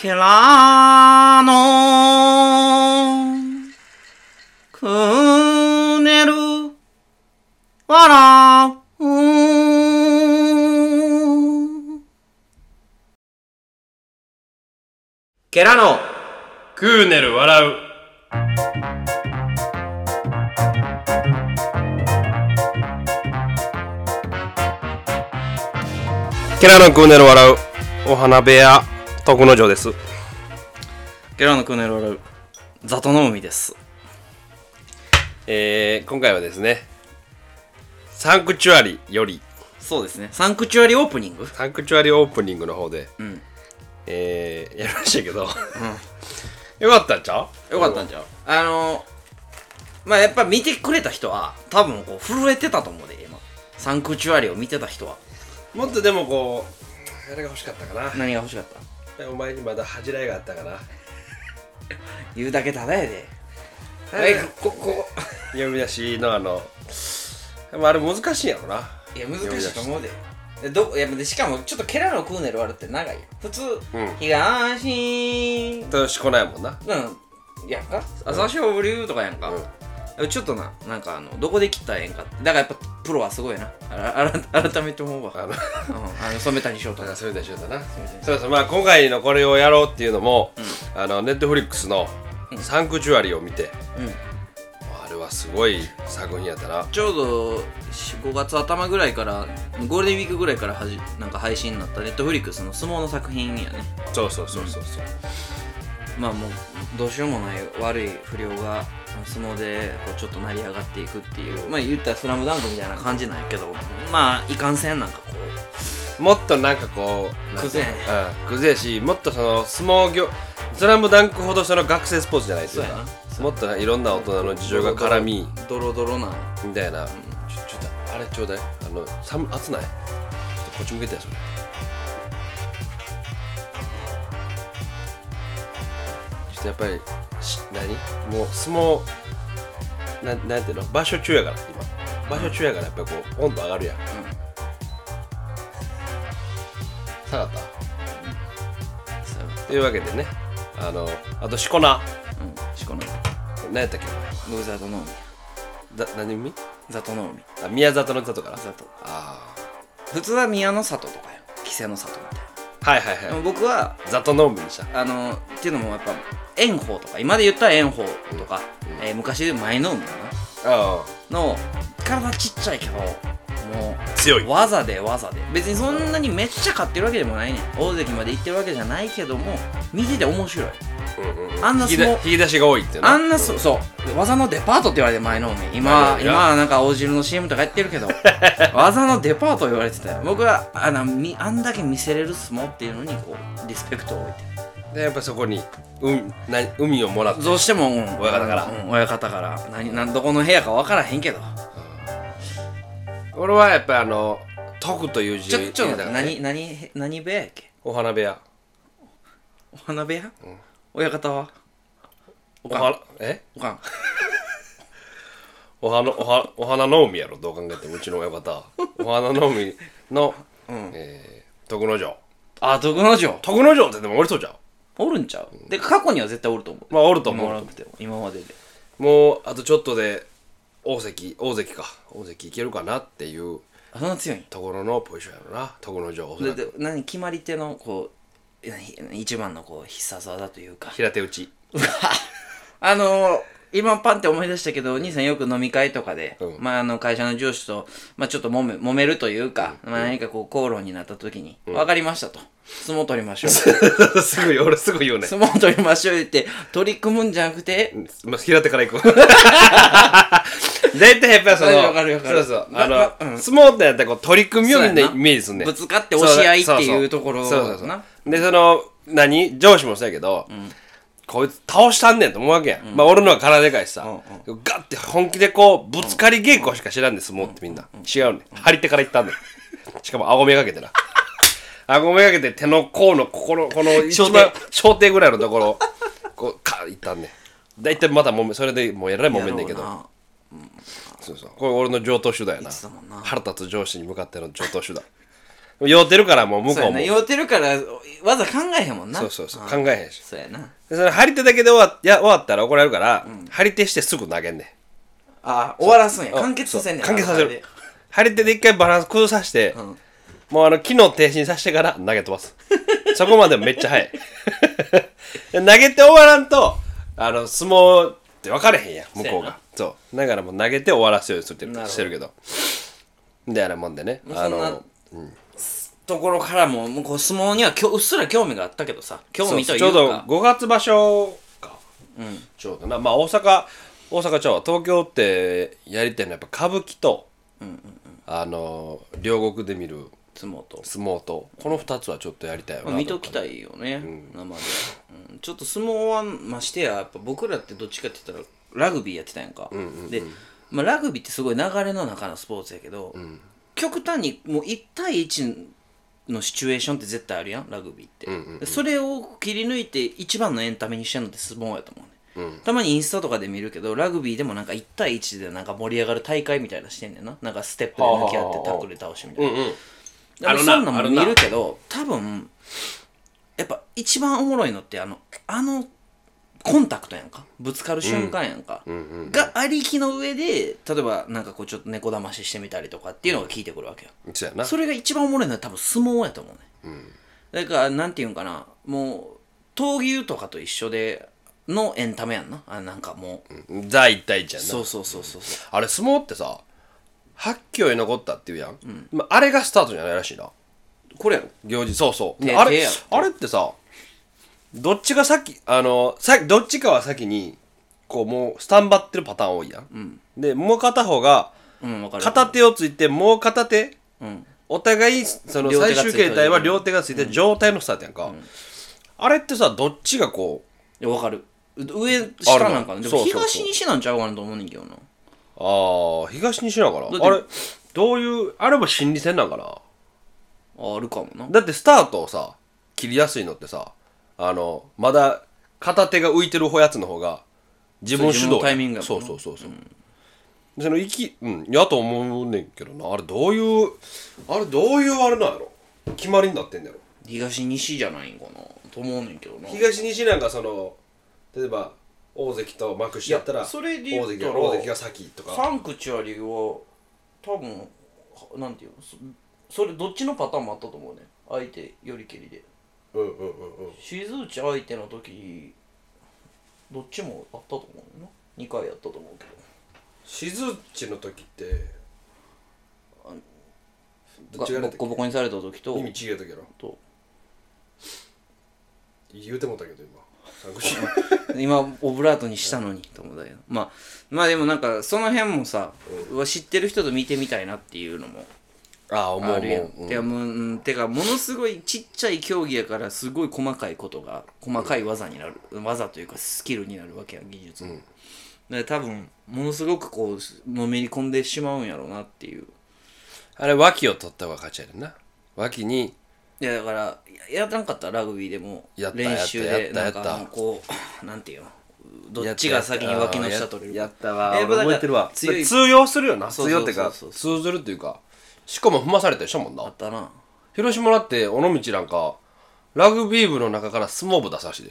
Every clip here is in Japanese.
ケラのくねる笑うケラのクーネル笑う。ケラのクーネル笑うお花部屋徳之丞です。 ケラのくねる笑うザトの海です。 今回はですね、サンクチュアリよりそうですね、サンクチュアリオープニングサンクチュアリオープニングの方で、やりましたけど、よかったんちゃう？ よかったんちゃう？まあやっぱ見てくれた人は多分こう震えてたと思うで、今サンクチュアリを見てた人は。 もっとでもこうあれが欲しかったかな。 何が欲しかった？ お前にまだ恥じらいがあったかな。 言うだけただやで。こ読み出しのあれ難しいんやろな。 いや難しいと思うで。いやでしかもちょっとケラのクーネル割るって長いやん。普通、東としこないもんな。 やんか朝青龍とかやんか、ちょっとなんかどこで切ったらええんかって。だからやっぱプロはすごいな。改めて思うわ。染めたにしようとか。 染めたにしようとな。そうそう、まあ今回のこれをやろうっていうのも、ネットフリックスのサンクチュアリを見て、あれはすごい作品やったな。 ちょうど5月頭ぐらいからゴールデンウィークぐらいからなんか配信になったネットフリックスの相撲の作品やね。 そう、 まあもうどうしようもない悪い不良が相撲でこうちょっと成り上がっていくっていう、まあ言ったらスラムダンクみたいな感じなんやけど、まあいかんせんなんかこうもっとなんかこうくぜくぜし、もっとその相撲業スラムダンクほどその学生スポーツじゃないというか、もっといろんな大人の事情が絡みドロドロなみたいな、ちょっとあれちょうだい、熱ない？ちょっとこっち向けてやそれ。ちょっとやっぱりもう相撲なんていうの、場所中やから今場所中やからやっぱりこう温度上がるやん。下がったというわけでね、あとしこな、 しこな何やったっけ？ 僕ザトの海。 何海？ ザトの海。 宮里の里からザト。 ああ、 普通は宮の里とかよ、稀勢の里みたいな。 はい、 僕は里の海にした。 っていうのもやっぱ炎鵬とか今で言ったら炎鵬とか、昔で前の海かなの体ちっちゃいけどもう強い技で別にそんなにめっちゃ勝ってるわけでもないねん。大関まで行ってるわけじゃないけども見てて面白い。あんな相撲引き出しが多いっていうの。 あんなそう技のデパートって言われて前の海今はなんか青汁の CM とかやってるけど技のデパート言われてたよ。僕はあんだけ見せれる相撲っていうのにこうリスペクトを置いてでやっぱそこに海をもらってどうしても、 親方から親方からどこの部屋か分からへんけど、 俺はやっぱり徳という字ちょっと何部屋やっけ？ お花部屋。 お花部屋？親方はおかんお花の海やろ、どう考えてもうちの親方はお花の海の徳之丞。 あ、徳之丞ってでもおりそうじゃん。 おるんちゃう？で過去には絶対おると思う。 まあおると思う。 今まででもうあとちょっとで大関いけるかなっていうそんな強いところのポジションやろな、徳之丞。 で何決まり手のこう一番のこう必殺技というか平手打ち今パンって思い出したけど、兄さんよく飲み会とかで、会社の上司と、ちょっと揉めるというか、何かこう口論になった時に、分かりましたと、相撲取りましょう俺すぐ言うね。 相撲取りましょう言って取り組むんじゃなくて、 平手からいく大体やっぱりそのわかるそう相撲ってやったらこう取り組みをみんなイメージすんねん。 ぶつかって押し合いっていうところな。 で上司もそうやけど、こいつ倒したんねんと思うわけやん。俺のは体でかいしさ、ガッて本気でこうぶつかり稽古しか知らんねん、相撲ってみんな。違うねん、張り手からいったんねん。しかも顎めがけてな、顎めがけて手の甲のこの一番小手ぐらいのところこうカーッいったんねん。だいたいまたそれでもうえらい揉めんねんけど、そうこれ俺の上等手段やな。腹立つ上司に向かっての上等手段。 酔ってるからもう向こうも。 酔ってるから技考えへんもんな。 そう考えへんし。 そうやな。 でその張り手だけで終わったら怒られるから、張り手してすぐ投げんねん。 終わらすんや。完結させんねん。 完結させる。張り手で一回バランス崩させて、もう機能停止にさせてから投げ飛ばす。そこまでめっちゃ早い。投げて終わらんと、相撲って分かれへんやん、向こうが。そう。だからもう投げて終わらすようにしてるけど。みたいなもんでね。 ところからもうこう相撲にはうっすら興味があったけどさ、興味というかちょうど5月場所か、ちょうどな、まあ大阪ちゃうわ、東京ってやりたいのはやっぱ歌舞伎と、両国で見る相撲とこの2つはちょっとやりたいよな、 見ときたいよね、生で、ちょっと相撲はましてやっぱ僕らってどっちかって言ったらラグビーやってたやんか、で、ラグビーってすごい流れの中のスポーツやけど、極端にもう1対1のシチュエーションって絶対あるやん、ラグビーって、それを切り抜いて一番のエンタメにしてるのって相撲やと思うね、たまにインスタとかで見るけど、ラグビーでもなんか1対1でなんか盛り上がる大会みたいなしてんねんな、なんかステップで向き合ってタックルで倒してみたいな、そんなんも見るけど、多分やっぱ一番おもろいのってコンタクトやんか、ぶつかる瞬間やんか、がありきの上で、例えばなんかこうちょっと猫だまししてみたりとかっていうのが効いてくるわけよ、それが一番おもろいのは多分相撲やと思うね、だからなんていうんかな、もう闘牛とかと一緒でのエンタメやんな、なんかもう、ザ1対1やんな。 そうあれ相撲ってさ、8強に残ったっていうやん、あれがスタートじゃないらしいな、 これやろ行事。あれってさ、どっちが先どっちかは先にこうもうスタンバってるパターン多いやん、でもう片方が片手をついて、もう片手、お互いその最終形態は両手がついて状態のスタートやんか、あれってさ、どっちがこう、いや分かる、上下なんかな、でも東西なんちゃうかなと思うねんけどな。 東西なんかな、あれどういう、あれも心理戦なんかな。 あるかもな。 だってスタートをさ切りやすいのってさ、まだ片手が浮いてるやつの方が自分主導やん。 タイミングやもんな。 そのやと思うねんけどな、あれどういうあれなんやろ、決まりになってんだろ。 東西じゃないんかなと思うねんけどな。 東西なんか例えば大関と幕下やったら、 それで言ったら大関が先とか、 サンクチュアリは多分なんていうの、それどっちのパターンもあったと思うね、相手よりけりで。静内相手の時どっちもあったと思うよな、2回やったと思うけど。 静内の時ってボコボコにされた時と意味違う時やろと言うてもたけど今オブラートにしたのにと思うんだけど、まあでもなんかその辺もさ、知ってる人と見てみたいなっていうのもあるやん。てかものすごいちっちゃい競技やから、すごい細かい技になる、技というかスキルになるわけやん、技術、だから多分ものすごくこうのめり込んでしまうんやろうなっていう。 あれ脇を取った方が勝ちやねんな。脇に、 いやだからやらなかったらラグビーでも練習でなんかこうなんていうの、どっちが先に脇の下取れるかやったわ、俺覚えてるわ。通用するよな。通用っていうか通ずるっていうか、しかも踏まされたりしたもんな。 あったな。 広島だって尾道なんかラグビー部の中から相撲部出さしで、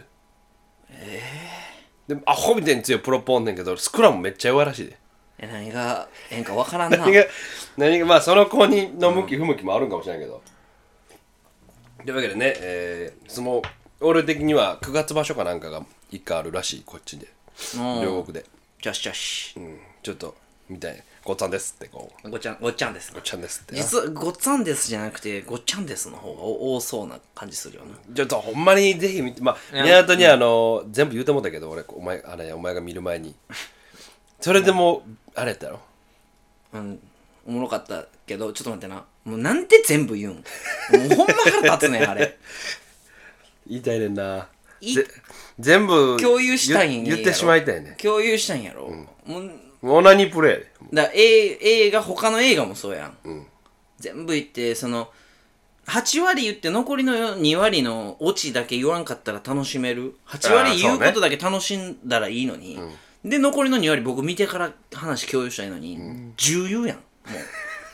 でアホみたいに強いプロポンねんけど、スクラムめっちゃ弱いらしいで。 何がええんか分からんな。 何がまあその子の向き不向きもあるんかもしれないけど、というわけでね、相撲俺的には9月場所かなんかが1回あるらしい、こっちで両国で。 じゃしじゃし、 ちょっとみたいな、ごっつぁんですってこう、 ごっちゃんですって実はごっつぁんですじゃなくてごっちゃんですの方が多そうな感じするよな。 ちょっとほんまにぜひ見て、まあ港に全部言うてもうたけど、俺お前が見る前にそれでもあれやったろ、 おもろかったけど、ちょっと待ってな、もうなんで全部言うん、もうほんま腹立つねんあれ。 言いたいねんな、全部共有したいんやろ、 言ってしまいたいね。 共有したいんやろ、 もう何プレイだ、映画、他の映画もそうやん、全部言って、その8割言って残りの2割のオチだけ言わんかったら楽しめる、8割言うことだけ楽しんだらいいのに、で残りの2割僕見てから話共有したいのに、10言うやんもう。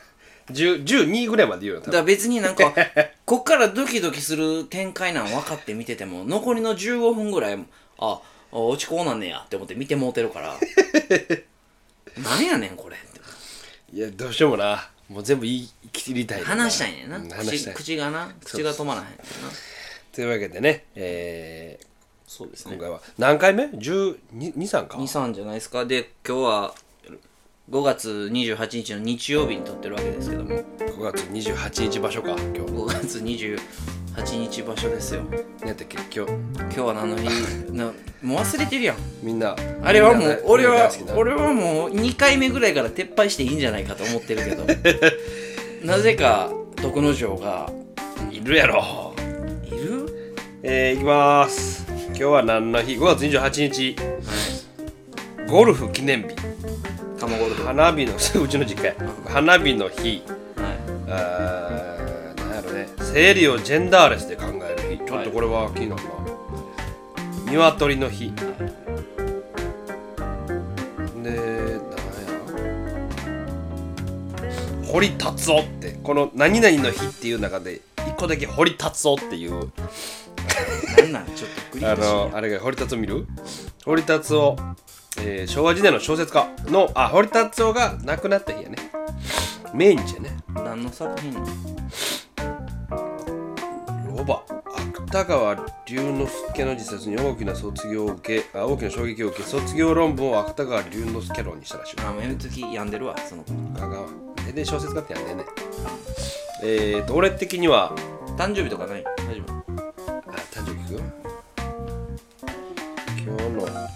12ぐらいまで言うよだから別になんかこっからドキドキする展開なん分かって見てても残りの15分ぐらい落ちこうなんねやって思って見てもうてるからなんやねんこれっていやどうしてもなもう全部言い切りたい話したいねんな、 話したい口が止まらへんねんな。 というわけでね、 そうですね今回は何回目 ?12,3 か 23じゃないですか。で今日は5月28日の日曜日に撮ってるわけですけども 5月28日場所か今日 5月28日場所ですよ。 何やったっけ今日は何の日もう忘れてるやん。 みんなあれはもう俺はももう2回目ぐらいから撤廃していいんじゃないかと思ってるけどなぜか徳之丞がいるやろいるいきまーす。今日は何の日 ?5 月28日、ゴルフ記念日鴨ゴルフ花火のうちの実家花火の日、 はなんやろね生理をジェンダーレスで考える日ちょっとこれは気になるな、鶏の日でなんや堀達夫ってこの何々の日っていう中で一個だけ堀達夫っていうなんなんちょっとクリームあれが堀達夫見る堀達夫、昭和時代の小説家の堀達夫が亡くなった日やね命日やね何の作品なのロバ芥川龍之介の自殺に大きな衝撃を受け卒業論文を芥川龍之介論にしたらしいやめるとき病んでるわその子。 全然小説家ってやんでね俺的には誕生日とかない大丈夫誕生日聞く今日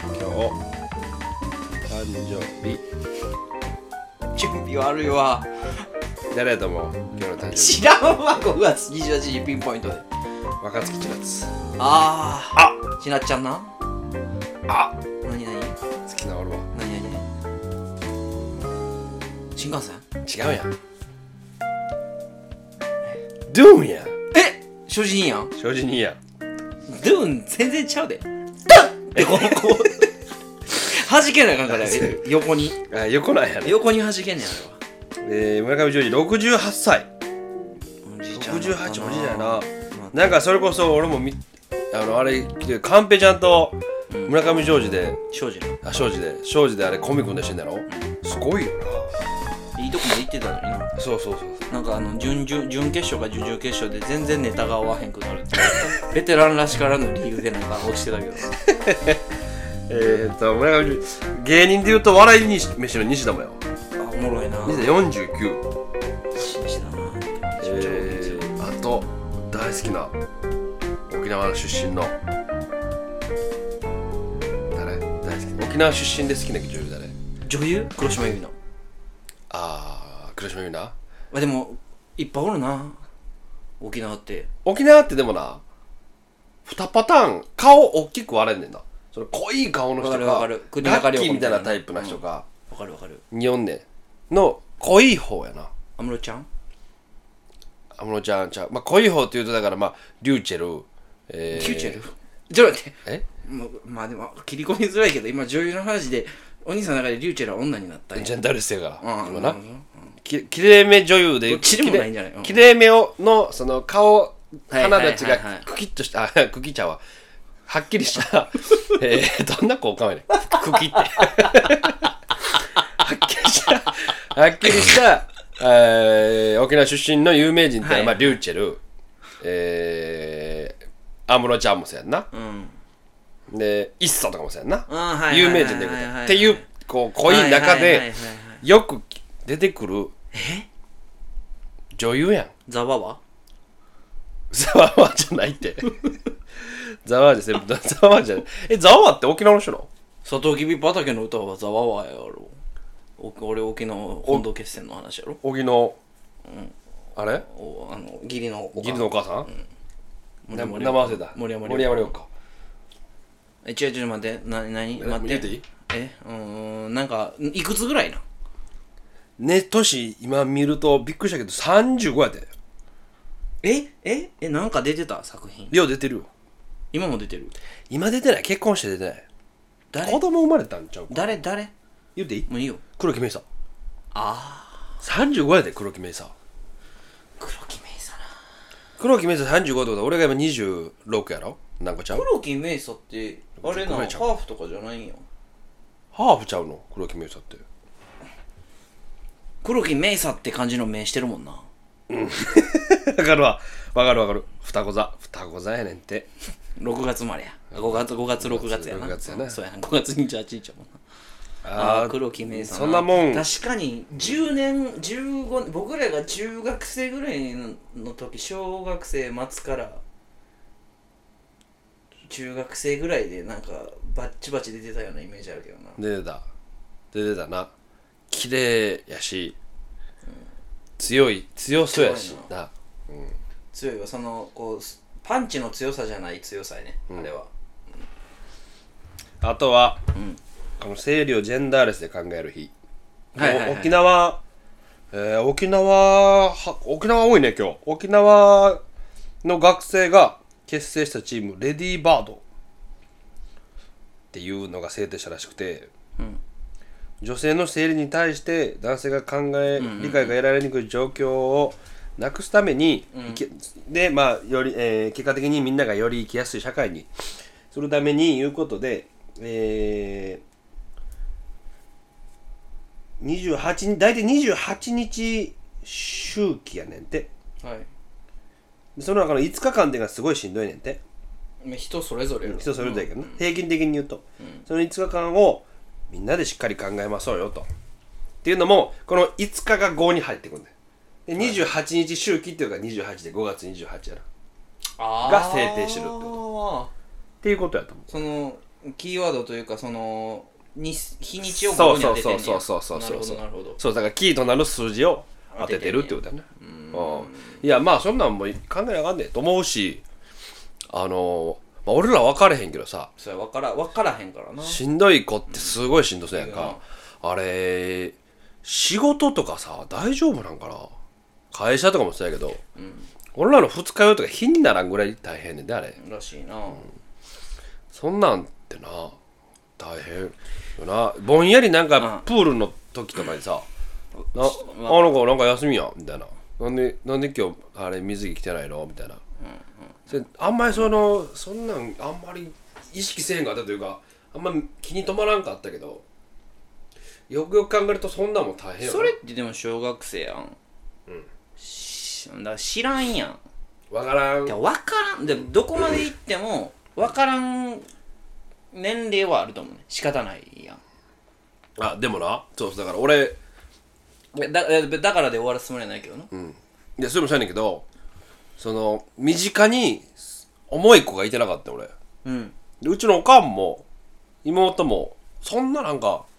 誕生日準備悪いわ。 誰やと思う今日の誕生日知らんわ。5月28日ピンポイントで若月千夏ちなっちゃんな何好きな俺は何新幹線違うやんドゥーンやん所持品やん。 正直にいいやんドゥーン全然ちゃうでドゥンってこう弾けないかんから横に横なんやね横に弾けんねんあれは。 村上ジョージ68歳おじいちゃん 68おじいちゃんやななんかそれこそ俺もあれカンペちゃんと村上ジョージで庄司の庄司であれコンビ組んでしてんだろすごいよいいとこまで行ってたのにな。 そうなんか準決勝か準々決勝で全然ネタが合わへんくなるってベテランらしからぬ理由でなんか落ちてたけど村上芸人で言うと笑いに飯の西田もよおもろいな西田49 西田なあと大好きな沖縄出身の誰大好き沖縄出身で好きな女優誰女優黒島結菜。 黒島結菜でもいっぱいおるな沖縄って。 沖縄ってでもな2パターン顔大きく割れんねんなその濃い顔の人かわかるガッキーみたいなタイプな人がわかるにおんねんの濃い方やな安室ちゃん安室ちゃん濃い方っていうとだからリューチェルリューチェルちょっと待ってまあでも切り込みづらいけど今女優の話でお兄さんの中でリューチェルは女になったんやジェンダーレスやから今なきれいめ女優でどっちでもないんじゃないきれいめのその顔鼻立ちがはいはいはいはいクキッとしたクキちゃうわはっきりしたどんな効果やねんクキってはっきりした沖縄出身の有名人ってのはリューチェル安室ちゃんもそうやんなでイッソとかもそうやんな有名人でっていうこう濃い中でよく出てくる女優やんザワワザワワじゃないってザワワじゃないザワワじゃないザワワって沖縄の人なのサトウキビ畑の歌はザワワやろ俺沖縄本土決戦の話やろ沖縄あれ義理のお母さん名前忘れた森山良子違うちょっと待って何待って言っていいなんかいくつぐらいな年今見るとびっくりしたけど35やでなんか出てた作品よう出てるよ今も出てる今出てない結婚して出てない誰子供生まれたんちゃうか誰言っていいもういいよ黒木メイサ35やで黒木メイサ黒木メイサ35ってことは俺が今26やろ。何個ちゃう？ 黒木メイサってあれなハーフとかじゃないんよ。 ハーフちゃうの黒木メイサって。 黒木メイサって感じの目してるもんな。 わかるわ。わかるわかる。双子座やねんって。 6月までや。5月6月やな。 6月やな。 そうやな。5月28日やもんな。黒木メイサそんなもん。 確かに10年15年、僕らが中学生ぐらいの時、小学生末から中学生ぐらいでなんかバッチバチ出てたようなイメージあるけどな。 出てたな。綺麗やし、強そうやしな。 強いわ。そのこうパンチの強さじゃない強さやね、あれは。 あとは、この生理をジェンダーレスで考える日。沖縄多いね今日。沖縄の学生が結成したチームレディーバードっていうのが制定したらしくて、女性の生理に対して男性が理解が得られにくい状況をなくすために、でまあより、結果的にみんながより生きやすい社会にするためにいうことで、大体28日周期やねんて。その中の5日間っていうのがすごいしんどいねんて。 人それぞれ人それぞれやけどね、平均的に言うと、その5日間をみんなでしっかり考えましょうよと。っていうのもこの5日が5に入ってくるんだよ。で28日周期っていうのが28で5月28やなが制定してるってことっていうことやと思う。 そのキーワードというかその日にちを5に当ててんねや。 そうなるほどなるほど。 そうだからキーとなる数字を当ててるってことだね。いやまあそんなんも考えなあかんねえと思うし、俺ら分かれへんけどさ、 それ分からへんからな。 しんどい子ってすごいしんどそうやんか。あれ仕事とかさ大丈夫なんかな。会社とかもそうやけど、俺らの二日酔いとか日にならんぐらい大変ねんであれらしいな。 そんなんってな大変よな。ぼんやりなんかプールの時とかにさ、なんか休みやみたいな。なんで今日あれ水着着てないのみたいな。あんまりそんなんあんまり意識せえへんかったというか、あんま気に留まらんかったけど、よくよく考えるとそんなんも大変よな。 それってでも小学生やん。だから知らんやん。 分からんでどこまで行っても分からん年齢はあると思うね。仕方ないやん。 でもな、そうだから俺だからで終わるつもりはないけどな。 いやそれもそうやねんけど、その身近に重い子がいてなかった俺。でうちのおかんも妹もそんななん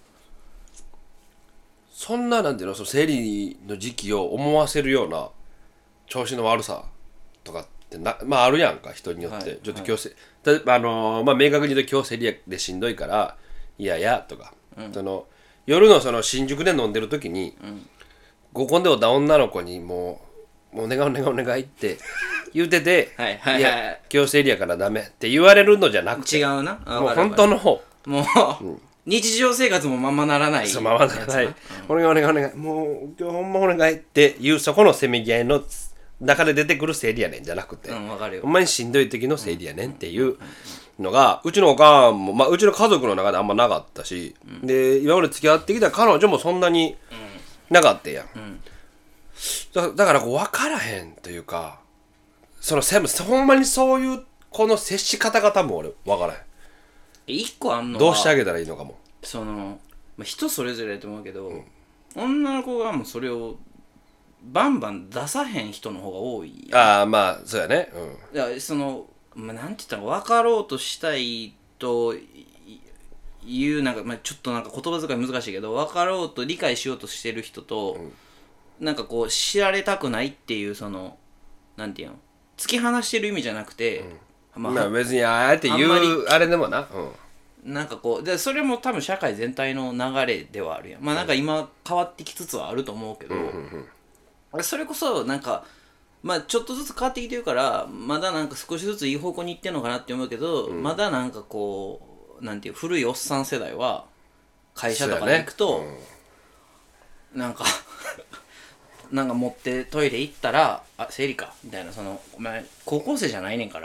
ていうの、その生理の時期を思わせるような調子の悪さとかってまああるやんか、人によって。ちょっと今日明確に言うと今日生理でしんどいからいやとか、その夜のその新宿で飲んでる時に、合コンでおった女の子にもうお願いって言うてていや今日生理やからダメって言われるのじゃなくて、 違うな。 もう本当の方、 もう日常生活もままならない。 ままならない。お願い。もう今日ほんまお願いっていうそこのせめぎ合いの中で出てくる生理やねんじゃなくて、 わかるよ。 ほんまにしんどい時の生理やねんっていうのが、うちのおかんも、うちの家族の中であんまなかったし、で今まで付き合ってきた彼女もそんなになかったやん。だからこう分からへんというか、ほんまにそういうこの接し方が多分俺分からへん。 一個あんのはどうしてあげたらいいのかも。 人それぞれだと思うけど、女の子がもうそれをバンバン出さへん人の方が多いやん。 まあそうやね。 だからなんて言ったら分かろうとしたいというなんか、ちょっとなんか言葉遣い難しいけど、分かろうと理解しようとしてる人と、なんかこう知られたくないっていうなんていうの、突き放してる意味じゃなくて、 別にあえて言うあれでもな、 なんかこうでそれも多分社会全体の流れではあるやん。なんか今変わってきつつはあると思うけど、それこそなんかちょっとずつ変わってきてるから、まだなんか少しずついい方向に行ってんのかなって思うけど、まだなんかこうなんていう古いおっさん世代は会社とかに行くと、なんかなんか持ってトイレ行ったらあ生理かみたいな、お前高校生じゃないねんから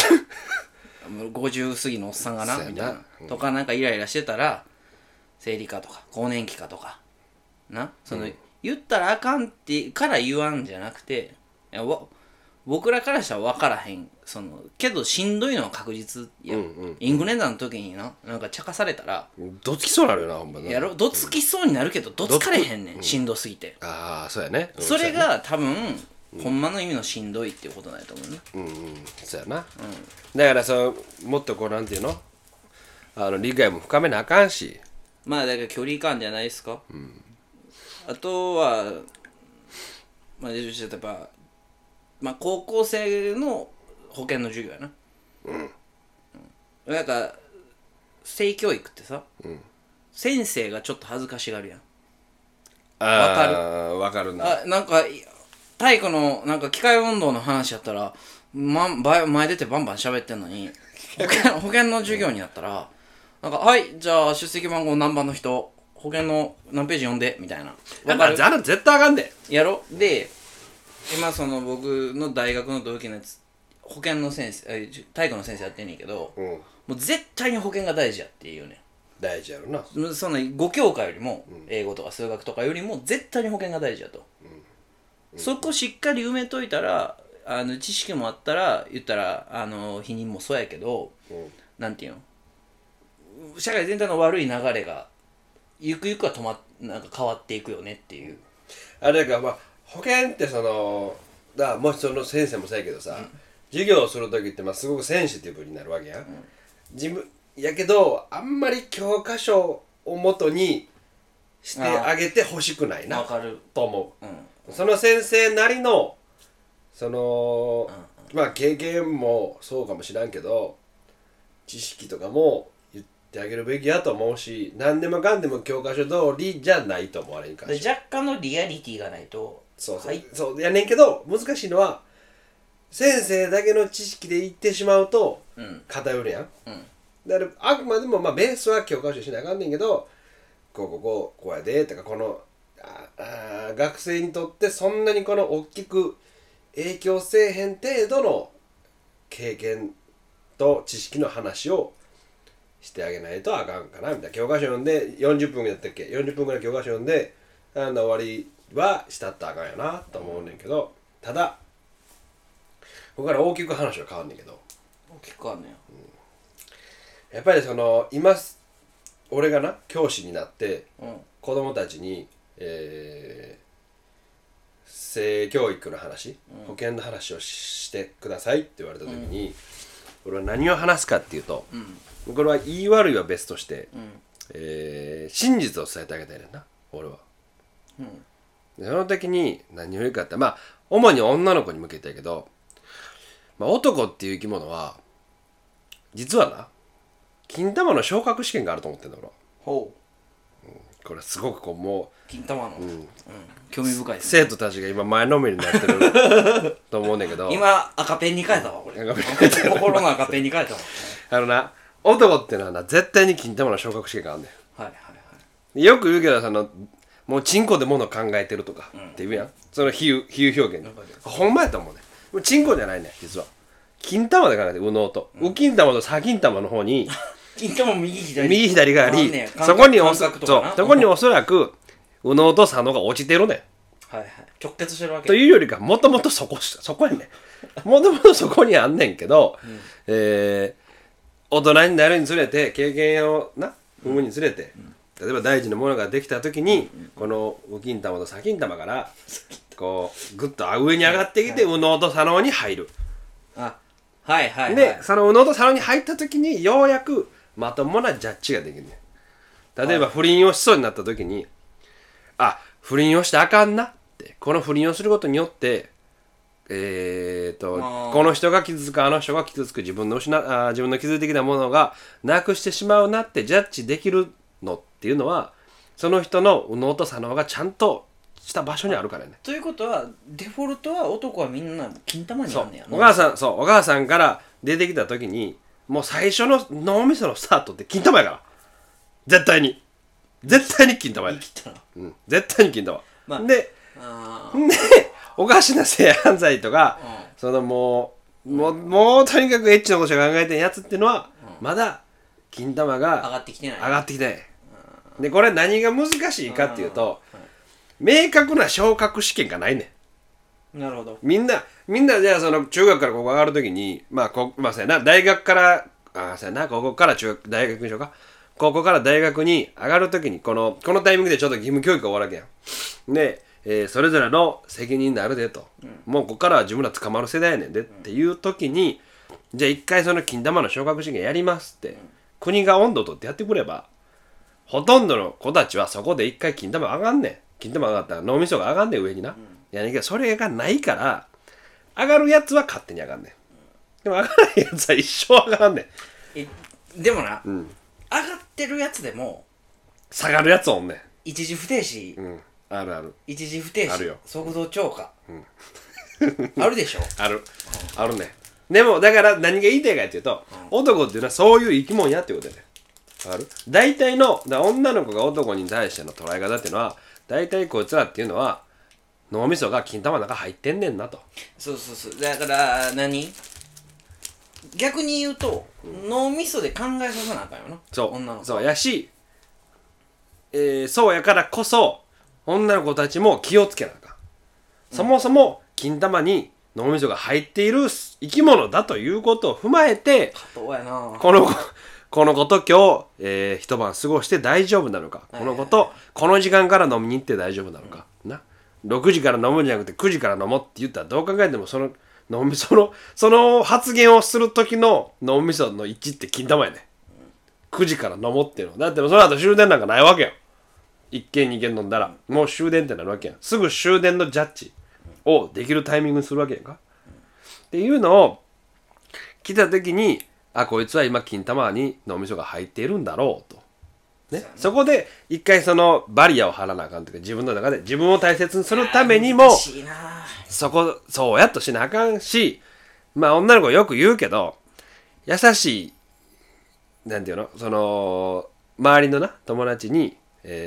、50過ぎのおっさんがなみたいな、とかなんかイライラしてたら生理かとか更年期かとかな、言ったらあかんってから言わんじゃなくて、僕らからしたら分からへん、けどしんどいのは確実や、インフルエンザの時になんか茶化されたらどつきそうなるよな、ほんまな。 やろ、どつきそうになるけどどつかれへんねん、しんどすぎて。 ああそうやね、 それが多分ほんまの意味のしんどいっていうことないと思うね。 そうやな、だからもっとこうなんていうの、理解も深めなあかんし、 まあだから距離感じゃないですか、あとはまあやっぱ高校生の保険の授業やな。なんか性教育ってさ、先生がちょっと恥ずかしがるやん。 わかるな。 なんか体育のなんか機械運動の話やったら、前出てバンバン喋ってんのに保険の授業になったらなんかはいじゃあ出席番号何番の人保険の何ページ読んでみたいな。 わかる。じゃあ絶対あかんで。 やろで今僕の大学の同期のやつ保健の先生体育の先生やってんねんけど、もう絶対に保健が大事やっていうね。 大事やろな。 5教科よりも、英語とか数学とかよりも絶対に保健が大事やと、そこしっかり埋めといたら知識もあったら言ったら否認もそうやけど、なんていうの社会全体の悪い流れがゆくゆくはなんか変わっていくよねっていう。 あれだから保険ってもし先生もそうやけどさ、授業をする時ってすごくセンシティブになるわけや、自分やけどあんまり教科書を元にしてあげてほしくないなと思う、その先生なりの経験もそうかもしらんけど知識とかも言ってあげるべきやと思うし、何でもかんでも教科書通りじゃないと思われんから、 若干のリアリティがないと。 そうやねんけど、難しいのは先生だけの知識で言ってしまうと偏るやん、だからあくまでもベースは教科書しなあかんねんけど、こうやでとか、学生にとってそんなに大きく影響せえへん程度の経験と知識の話をしてあげないとあかんかなみたいな。教科書読んで40分やったっけ、40分ぐらい教科書読んで終わりはしたったらあかんよなと思うねんけど、ただここから大きく話は変わんねんけど、 大きく変わんねやっぱり今俺がな教師になって、子供たちに、性教育の話、保険の話をしてくださいって言われた時に、俺は何を話すかっていうと、これは言い悪いは別として、真実を伝えてあげたいねんな俺は、その時に何を言うかって、主に女の子に向けてやけど、男っていう生き物は実はな金玉の昇格試験があると思ってんだ俺は。 ほう、 これすごくもう金玉の、興味深いですね。生徒たちが今前のめりになってると思うねんけど今赤ペンに変えたわこれ心の赤ペンに変えたわ男ってのは絶対に金玉の昇格試験があるねん。よく言うけどもうチンコで物を考えてるとかって言うやん、その比喩表現にほんまやと思うね。もうチンコじゃないね実は金玉で考えて、右脳と右金玉と左金玉の方に金玉右左があり、そこにおそらく右脳と左脳が落ちてるねん。 直結してるわけというよりかもともとそこやねんもともとそこにあんねんけど、大人になるにつれて経験を踏むにつれて、例えば大事なものができた時に、この右金玉と左金玉からこうグッと上に上がってきて、右脳と左脳に入る。でその右脳と左脳に入った時にようやくまともなジャッジができるねん。例えば不倫をしそうになった時に、不倫をしてあかんなって、この不倫をすることによってこの人が傷つく、あの人が傷つく、自分の傷的なものがなくしてしまうなってジャッジできるのっていうのは、その人の右脳と左脳がちゃんとした場所にあるからね。 ということはデフォルトは男はみんな金玉にあんねや。 お母さんから出てきた時にもう最初の脳みそのスタートって金玉やから、絶対に金玉や、絶対に金玉、ででおかしな性犯罪とか、そのもうとにかくエッチなことしか考えてんやつっていうのは、まだ金玉が上がってきてない。 でこれ何が難しいかっていうと、明確な昇格試験がないねん。なるほど。 みんなじゃあその中学からここ上がるときにそうやな、大学からそうやな、ここから大学にしようか、ここから大学に上がるときにこのタイミングでちょっと義務教育が終わるわけやん。で、それぞれの責任になるでと、もうここからは自分ら捕まる世代やねんでっていうときに、じゃあ一回その金玉の昇格試験やりますって、国が温度を取ってやってくれば、ほとんどの子たちはそこで一回金玉上がんねん。金玉上がったら脳みそが上がんねん、上にな。やねんけど、それがないから、上がるやつは勝手に上がんねん。でも上がらないやつは一生上がらんねん。でもな、上がってるやつでも下がるやつおんねん。 一時不停止、 あるある。 一時不停止あるよ。 速度超過、あるでしょ。 あるね。でもだから何が言いたいかっていうと、男っていうのはそういう生き物やってことやね。大体の女の子が男に対しての捉え方っていうのは、大体こいつらっていうのは脳みそが金玉の中入ってんねんなと。 そうだから逆に言うと、脳みそで考えさせなあかんよな。 そう女の子そうやし、そうやからこそ女の子たちも気をつけなあかん、そもそも金玉に脳みそが入っている生き物だということを踏まえて、 そうやな、 この子と今日、一晩過ごして大丈夫なのか、この子とこの時間から飲みに行って大丈夫なのか、な6時から飲むんじゃなくて9時から飲もうって言ったら、どう考えてもその脳みそのその発言をする時の脳みその位置って金玉やね、9時から飲もうっていうのだって、その後終電なんかないわけよ。1軒2軒飲んだらもう終電ってなるわけやん。すぐ終電のジャッジをできるタイミングにするわけやんか、っていうのを来た時に、こいつは今金玉に脳みそが入っているんだろうと、ね、そこで一回そのバリアを張らなあかんというか、自分の中で自分を大切にするためにもそうやっとしなあかんし、女の子よく言うけど、優しいなんていうの、その周りのな友達に、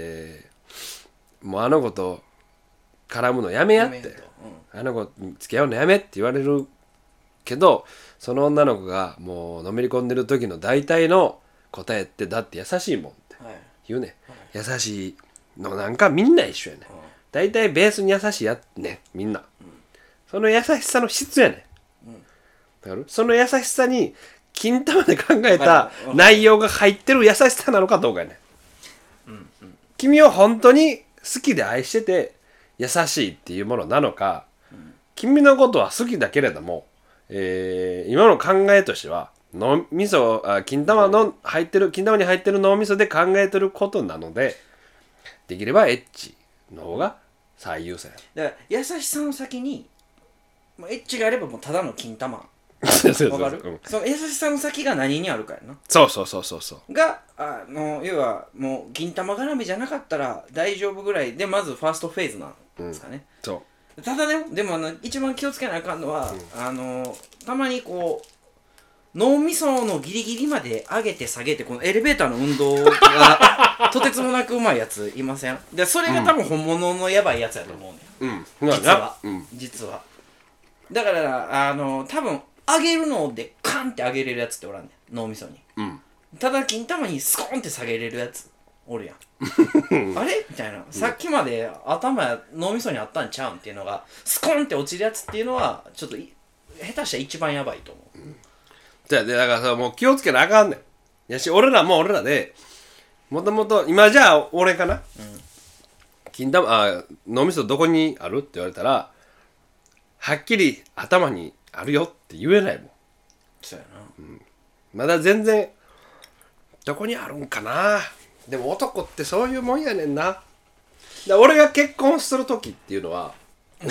もうあの子と絡むのやめやって、あの子に付き合うのやめって言われるけど、その女の子がもうのめり込んでる時の大体の答えって、だって優しいもんって言うね、優しいのなんかみんな一緒やね、大体ベースに優しいやね、みんな、その優しさの質やね、その優しさに金玉で考えた内容が入ってる優しさなのかどうかやね、君を本当に好きで愛してて優しいっていうものなのか、君のことは好きだけれども、今の考えとしては脳みそ金玉に入ってる脳みそで考えてることなので、できればエッチの方が最優先だから優しさの先にエッチがあればもうただの金玉わかる、その優しさの先が何にあるかやな。 そうが要はもう銀玉絡みじゃなかったら大丈夫ぐらいで、まずファーストフェーズなんですかね、 そうただね、でも一番気をつけなあかんのは、たまにこう脳みそのギリギリまで上げて下げて、このエレベーターの運動がとてつもなくうまいやついません？でそれが多分本物のやばいやつやと思うね、実はだから多分上げるのでカンって上げれるやつっておらんねん、脳みそに、ただ金玉にスコーンって下げれるやつおるやんあれみたいな、さっきまで頭脳みそにあったんちゃうんっていうのがスコーンって落ちるやつっていうのはちょっと下手したら一番やばいと思う、 だからさ、もう気をつけなあかんねん。やし、俺らも俺らで、もともと、今じゃあ俺かな、金玉、脳みそどこにあるって言われたら、はっきり頭にあるよって言えないもん。 そうやな、 まだ全然、どこにあるんかな。でも男ってそういうもんやねんな。俺が結婚するときっていうのは、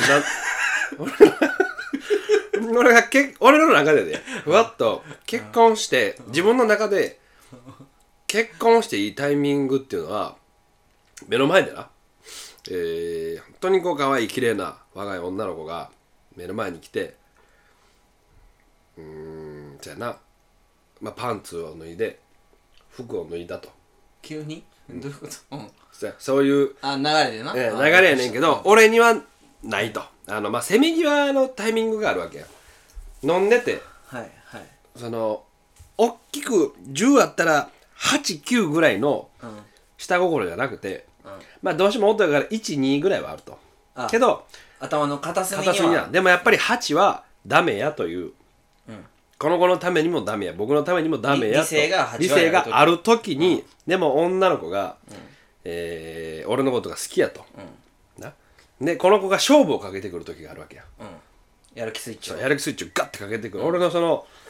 俺の中でね、ふわっと結婚して自分の中で結婚していいタイミングっていうのは、目の前でな、本当にこう可愛い綺麗な若い女の子が目の前に来て、じゃあな、パンツを脱いで服を脱いだと、 急にどういうこと？うん。 そういう流れでな。 流れやねんけど、俺にはないと。せめぎわのタイミングがあるわけや。飲んでて、 はいはい。 大きく10あったら8、9ぐらいのうん下心じゃなくて、 うん。 どうしても音やから1、2ぐらいはあると。けど、 頭の片隅には。 でもやっぱり8はダメやという、この子のためにもダメや、僕のためにもダメやと。理性がある時に、でも女の子が、俺のことが好きやと。でこの子が勝負をかけてくる時があるわけや。 やる気スイッチをガッてかけてくる。俺の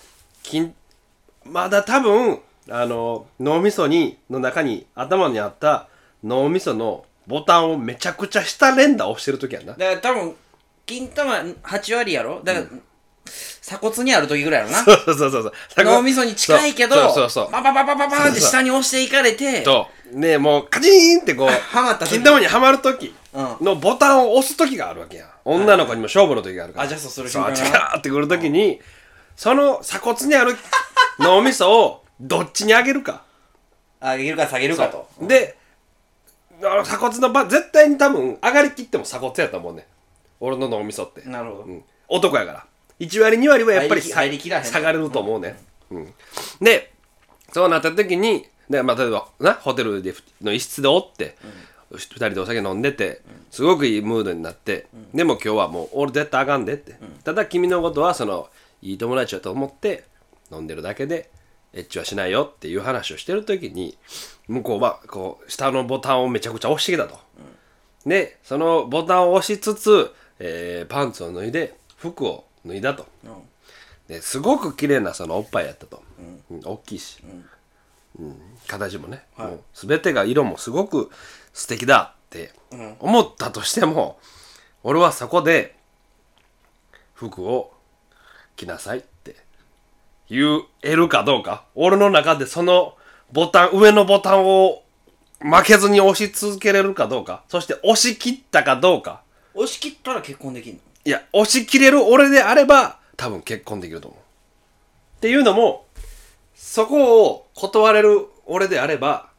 まだ多分脳みその中に頭にあった脳みそのボタンをめちゃくちゃ下連打押してる時やな。 だから多分金玉8割やろ。だから、鎖骨にある時ぐらいやろな。 そう脳みそに近いけどパパパパパパンって下に押していかれて、 ね、もうカチーンってこうはまった時、 金玉にはまる時のボタンを押す時があるわけや。女の子にも勝負の時があるから、 アジャストする瞬間チカーってくる時に、その鎖骨にある脳みそをどっちに上げるか上げるか下げるかと。 で鎖骨の絶対に多分上がりきっても鎖骨やと思うね、俺の脳みそって。 なるほど、 男やから1割2割はやっぱり下がれると思うね。でそうなった時に例えばなホテルの一室でおって、2人でお酒飲んでてすごくいいムードになって、でも今日はもう俺絶対あかんでって、ただ君のことはいい友達だと思って飲んでるだけでエッチはしないよっていう話をしてる時に、向こうはこう下のボタンをめちゃくちゃ押してきたと。でそのボタンを押しつつ、パンツを脱いで服を脱いだと。ですごく綺麗なおっぱいやったと。大きいし、形もね、もう全てが色もすごく素敵だって思ったとしても、俺はそこで服を着なさいって言えるかどうか、俺の中でその上のボタンを負けずに押し続けれるかどうか、そして押し切ったかどうか。 押し切ったら結婚できんの？ いや、押し切れる俺であれば多分結婚できると思う。っていうのも、そこを断れる俺であれば、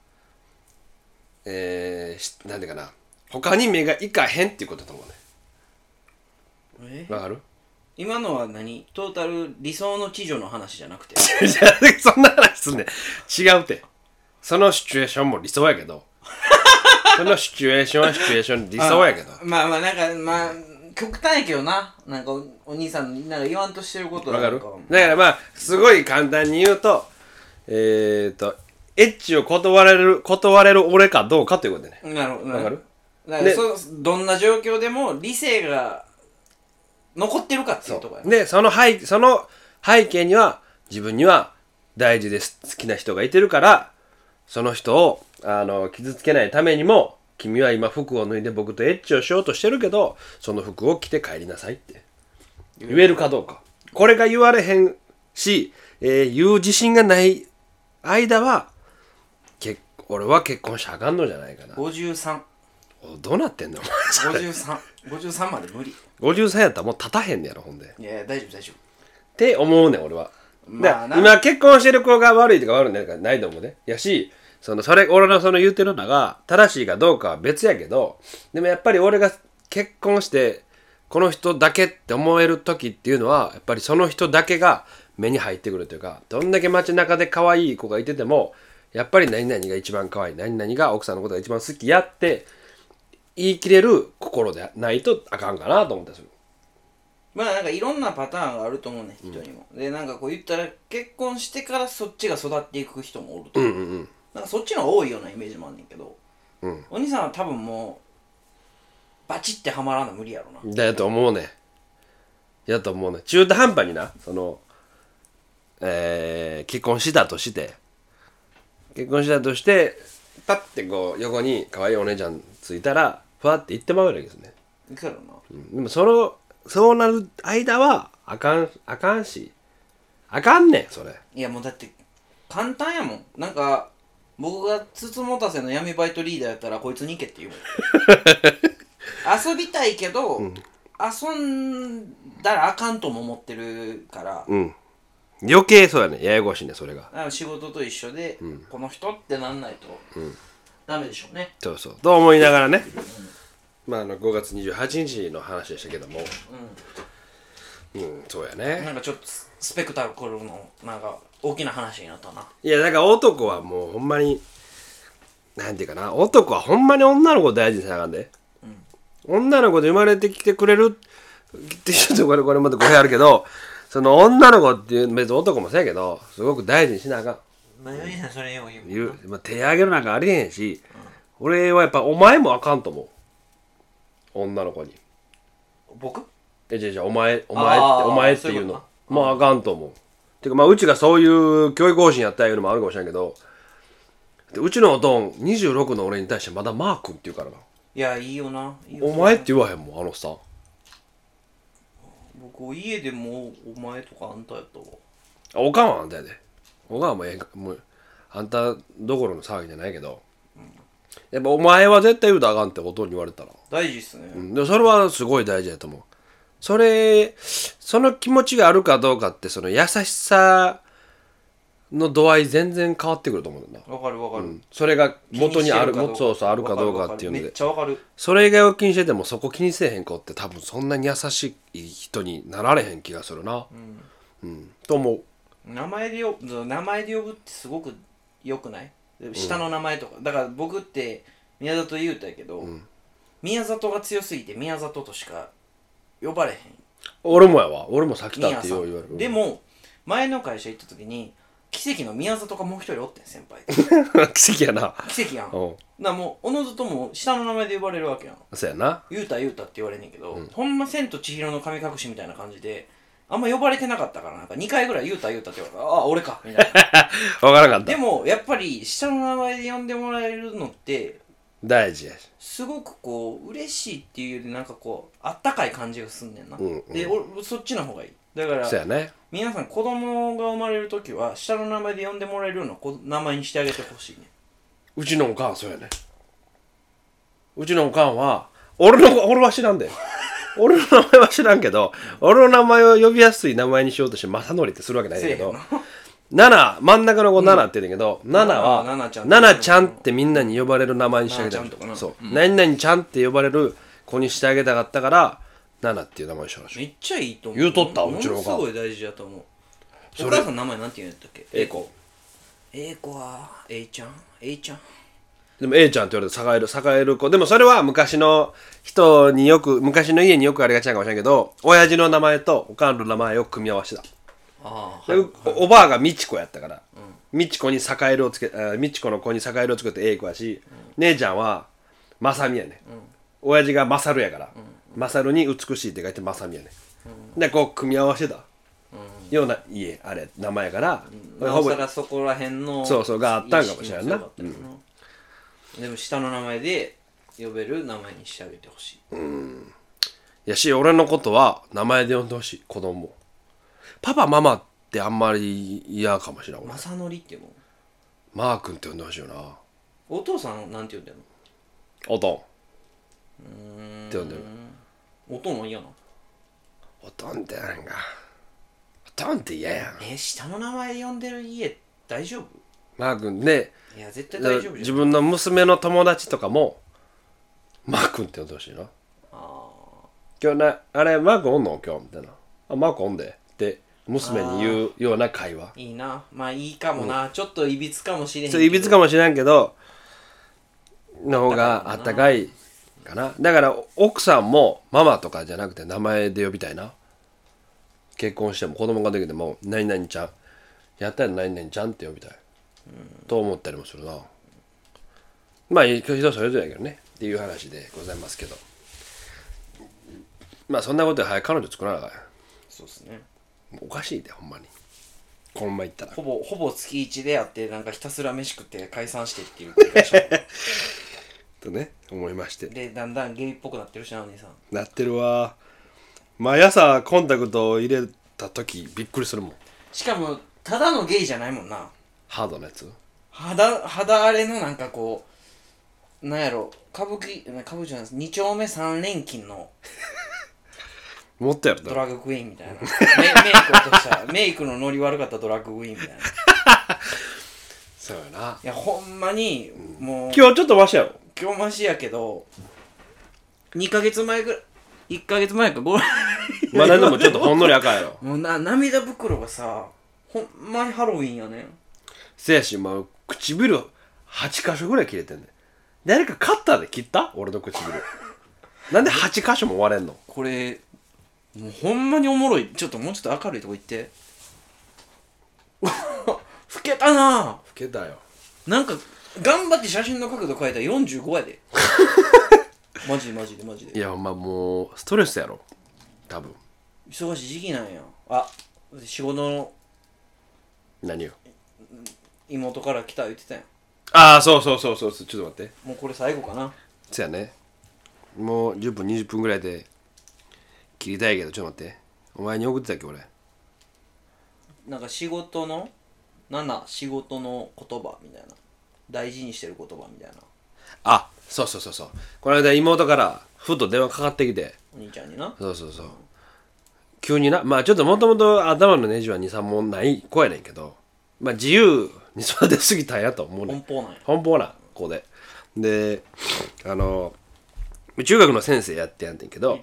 なんでかな、他に目がいかへんっていうことだと思うね。わかる？ 今のは何？トータル理想の知女の話じゃなくてそんな話すんねん。違うて。そのシチュエーションも理想やけどそのシチュエーションはシチュエーション理想やけどまあなんか極端やけどな。なんかお兄さんなんか言わんとしてることわかる？だからすごい簡単に言うとエッチを断れる俺かどうかということでね。 なるほど。 わかる？ だからどんな状況でも理性が残ってるかっていうところや。 でその背景には自分には大事です、好きな人がいてるから、その人を傷つけないためにも君は今服を脱いで僕とエッチをしようとしてるけど、その服を着て帰りなさいって言えるかどうか。これが言われへんし、言う自信がない間は俺は結婚しちゃあかんのじゃないかな。 53。 どうなってんのお前。 53まで無理。 53やったらもう立たへんねやろ、ほんで。 いや大丈夫って思うねん俺は。今結婚してる子が悪いとか悪いんかないと思うね。やし、俺の言うてるのが正しいかどうかは別やけど、でもやっぱり俺が結婚してこの人だけって思える時っていうのは、やっぱりその人だけが目に入ってくるというか、どんだけ街中で可愛い子がいてても、やっぱり何々が一番可愛い、何々が奥さんのことが一番好きやって言い切れる心でないとあかんかなと思ったりする。 なんかいろんなパターンがあると思うね、人にも。でなんかこう言ったら結婚してからそっちが育っていく人もおると思う。なんかそっちの方が多いようなイメージもあんねんけど、お兄さんは多分もうバチってはまらんの無理やろな。 だと思うね。中途半端にな、結婚したとしてパッてこう横に可愛いお姉ちゃんついたらふわって言ってまうわけですね。 そうやろな。 でもそうなる間はあかんし、あかんねんそれ。 いやもうだって簡単やもん。なんか僕がつつもたせの闇バイトリーダーやったらこいつに行けって言うもん遊びたいけど、遊んだらあかんとも思ってるから、 余計そうやね、ややこしいねそれが。 仕事と一緒で、この人ってなんないと、 ダメでしょうね。 そうそうと思いながらね、まあ5月28日の話でしたけども、そうやね。 なんかちょっとスペクタクルのなんか大きな話になったな。 いやだから男はもうほんまになんていうかな、男はほんまに女の子を大事にせなあかんで、女の子で生まれてきてくれるってちょっとこれまた語弊あるけど、その女の子っていう別に男もそうやけどすごく大事にしなあかん。 まあヨニさんそれよう言うもんな。 まあ、手上げるなんかありえへんし、俺はやっぱお前もあかんと思う。女の子に。 僕？ じゃあお前っていうのもうあかんと思う。てかまあうちがそういう教育方針やったいうのもあるかもしれんけど、うちのおとん26の俺に対してまだマー君って言うからな。 いやいいよな。いいよお前って言わへんもんあのさ。 僕家でもお前とかあんたやったわ。 おかんはあんたやで。おかんはもうあんたどころの騒ぎじゃないけど、やっぱお前は絶対言うとあかんっておとんに言われたら、 大事っすね。 でもそれはすごい大事だと思う。その気持ちがあるかどうかってその優しさの度合い全然変わってくると思うんだな。 わかるわかる、 それが元にあるそうあるかどうかっていうのめっで、 ちゃわかる。 それ以外を気にしててもそこ気にせえへん子って多分そんなに優しい人になられへん気がするな。と思う。 名前で呼ぶってすごく良くない？下の名前とか、だから僕って宮里優太やけど、宮里が強すぎて宮里としか呼ばれへん。 俺もやわ。俺も先だってよう言われる。 でも前の会社行った時に奇跡の宮里がもう一人おってん、先輩奇跡やな。 奇跡やん。だからもうおのずとも下の名前で呼ばれるわけやん。 そうやな。 優太って言われんねんけど、ほんま千と千尋の神隠しみたいな感じであんま呼ばれてなかったから、なんか2回ぐらい優太って言われたら、あ俺かみたいな分からなかった。 でもやっぱり下の名前で呼んでもらえるのって大事やし、 すごくこう嬉しいっていうよりなんかこうあったかい感じがすんねんな、で俺そっちの方がいい。だからそうやね。 皆さん子供が生まれる時は下の名前で呼んでもらえるような名前にしてあげてほしいね。 うちのおかんそうやね。うちのおかんは俺は知らんで俺の名前は知らんけど、俺の名前を呼びやすい名前にしようとして正則ってするわけないんだけど、真ん中の子7って言うんだけど、7は7ちゃんってみんなに呼ばれる名前にしてあげたい。そう、何々ちゃんって呼ばれる子にしてあげたかったから7っていう名前にしたらしい。 めっちゃいいと思う。 言うとったうちのおかん。 ものすごい大事だと思う。お母さんの名前なんて言うんやったっけ？ A子。 A子は A ちゃん。 でも A ちゃんって言われて栄える子。でもそれは昔の家によくありがちなのかもしれんけど、親父の名前とおかんの名前を組み合わせた。おばあが美智子やったから、美智子に栄えるをつけ、美智子の子に栄えるをつけて A 子やし、姉ちゃんは正美やね。親父が勝やから、勝に美しいって書いて正美やね。でこう組み合わせたような名前から、 ほぼそこら辺のそうがあったんかもしれんな。 でも下の名前で呼べる名前にしてあげてほしい。 やし、俺のことは名前で呼んでほしい。子供パパママってあんまり嫌かもしれん。 正則っていうのマー君って呼んでほしいよな。 お父さんなんて呼んでんの？ おとんって呼んでる。 おとんは嫌なの？ おとんってなんかおとんって嫌やん。 下の名前で呼んでる家大丈夫？ マー君で、 いや絶対大丈夫じゃん。 自分の娘の友達とかもマー君って呼んでほしいな。今日あれマー君おんの今日みたいな。マー君おんでって娘に言うような会話。 いいな。まあいいかもな、ちょっといびつかもしれへんけど。いびつかもしれんけどの方があったかいかな。だから奥さんもママとかじゃなくて名前で呼びたいな。結婚しても子供ができても何々ちゃんやったら何々ちゃんって呼びたい、と思ったりもするな。まあ人それぞれやけどねっていう話でございますけど、まあそんなことで早く彼女作らなあかん。 そうですね。 おかしいでほんまに。このまま行ったらほぼ月1でやってなんかひたすら飯食って解散してっていう繰り返しとね思いまして、 でだんだんゲイっぽくなってるしな。お兄さんなってるわ。毎朝コンタクトを入れた時びっくりするもん。 しかもただのゲイじゃないもんな。 ハードなやつ、 肌荒れのなんかこうなんやろ、歌舞伎じゃないです。2丁目3連勤のもっとやるドラッグクイーンみたいなメイク落としたメイクのノリ悪かったドラッグクイーンみたいなそうやな。 いやほんまにもう今日ちょっとマシやろ。 今日マシやけど2ヶ月前ぐらい1ヶ月前か5 まだでもちょっとほんのり赤いやろ。 もう涙袋がさほんまにハロウィンやねん。 せやし、まあ、唇8箇所ぐらい切れてんねん。誰かカッターで切った俺の唇。なんで8箇所も割れんの。 これもうほんまにおもろい。ちょっともうちょっと明るいとこ行って老けたな。 老けたよ。 なんか頑張って写真の角度変えたら45やでマジでいや、まあもう、ストレスやろ。多分。 忙しい時期なんや。あ、仕事の何よ。 妹から来た言ってたやん。 ああ、そう。ちょっと待って。 もうこれ最後かな。 そやね。もう10分、20分ぐらいで切りたいけど、ちょっと待って。お前に送ってたっけ、俺。 なんか仕事の仕事の言葉みたいな。大事にしてる言葉みたいな。 あ、そう。この間妹からふと電話かかってきて。 お兄ちゃんにな。 そう。急にな、まあちょっともともと頭のネジは2、3本ない子やねんけど、まあ自由に育てすぎたんやと思うねん。奔放な子で。で、中学の先生やってやんねんけど、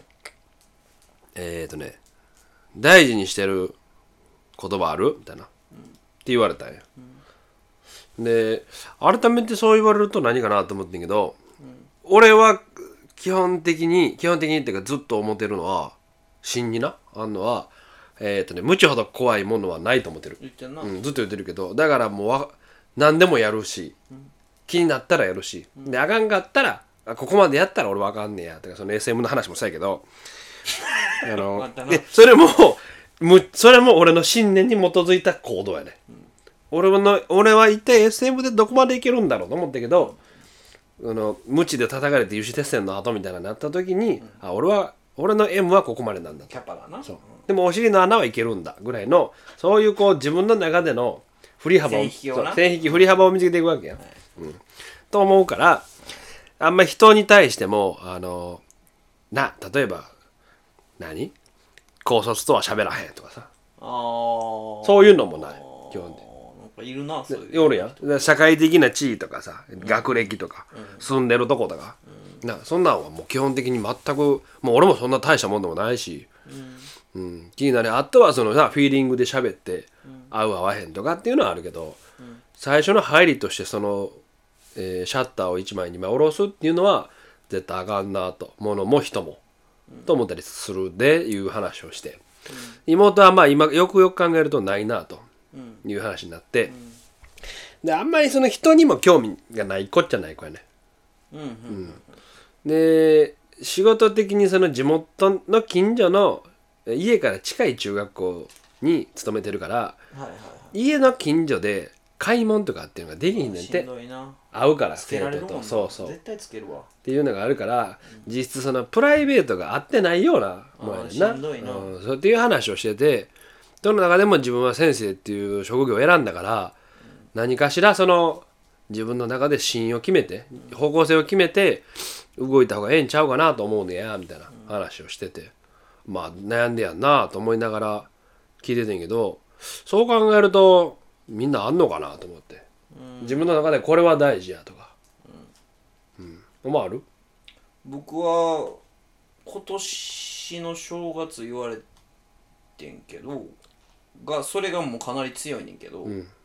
大事にしてる言葉あるみたいな、って言われたんや。で、改めてそう言われると何かなと思ってんけど、俺は基本的にっていうかずっと思ってるのは、真にな、あんのは、無知ほど怖いものはないと思ってる。 言ってんな。 ずっと言ってるけど、だからもう何でもやるし、気になったらやるし、で、あかんかったら、ここまでやったら俺はあかんねや。とか、その SM の話もそうやけど、で、それも俺の信念に基づいた行動やね。俺は一体 SM でどこまでいけるんだろうと思ったけど、無知で叩かれて油脂鉄線の後みたいなのになった時に、俺の M はここまでなんだと。 キャパがな。 そう。でもお尻の穴はいけるんだぐらいの、そういうこう自分の中での振り幅を、線引き振り幅を見つけていくわけや、と思うから、あんまり人に対しても例えば高卒とは喋らへんとかさ、そういうのもない基本で。 なんかいるな、そういう。 おるやん。社会的な地位とかさ、学歴とか、住んでるとことか、そんなんはもう基本的に全く、もう俺もそんな大したもんでもないし、気になる。あとはそのさ、フィーリングで喋って合う合わへんとかっていうのはあるけど、最初の入りとしてその、シャッターを1枚2枚下ろすっていうのは絶対あかんなと、物も人も、と思ったりするでいう話をして、妹はまあ今よくよく考えるとないなという話になって、であんまりその人にも興味がない子っちゃない子やね。で仕事的にその地元の近所の家から近い中学校に勤めてるから、家の近所で買い物とかっていうのができひんねんて。合うから生徒と。 そう絶対つけるわっていうのがあるから、実質そのプライベートが合ってないようなもんやねんな。 しんどいな。 そうっていう話をしてて、その中でも自分は先生っていう職業を選んだから、何かしらその自分の中で芯を決めて、方向性を決めて動いた方がええんちゃうかなと思うねやみたいな話をしてて、まあ悩んでやんなと思いながら聞いててんけど、そう考えるとみんなあんのかなと思って、自分の中でこれは大事やとか、ある？ 僕は今年の正月言われてんけどそれがもうかなり強いねんけど、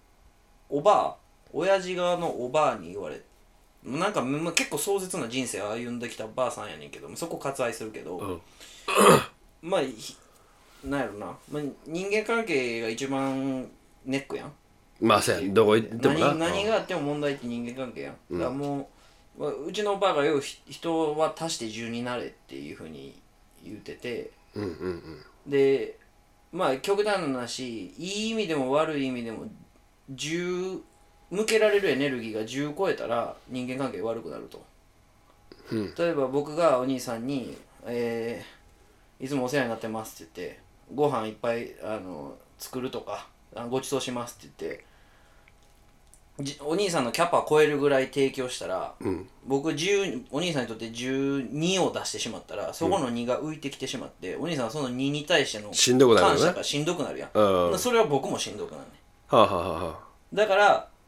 親父側のおばあに言われて、なんか結構壮絶な人生歩んできたばあさんやねんけど、そこ割愛するけど、まあなんやろな、人間関係が一番ネックやん。 まあそうやん、どこ行ってもな。 何があっても問題って人間関係やん。だからもう、うちのおばあがよう人は足して10になれっていうふうに言うてて、でまあ極端な話、いい意味でも悪い意味でも10向けられるエネルギーが10超えたら人間関係悪くなると。例えば僕がお兄さんに、いつもお世話になってますって言ってご飯いっぱい作るとかごちそうしますって言ってお兄さんのキャパ超えるぐらい提供したら、僕お兄さんにとって12を出してしまったら、そこの2が浮いてきてしまって、お兄さんはその2に対しての感謝がしんどくなるやん。それは僕もしんどくなるね。だから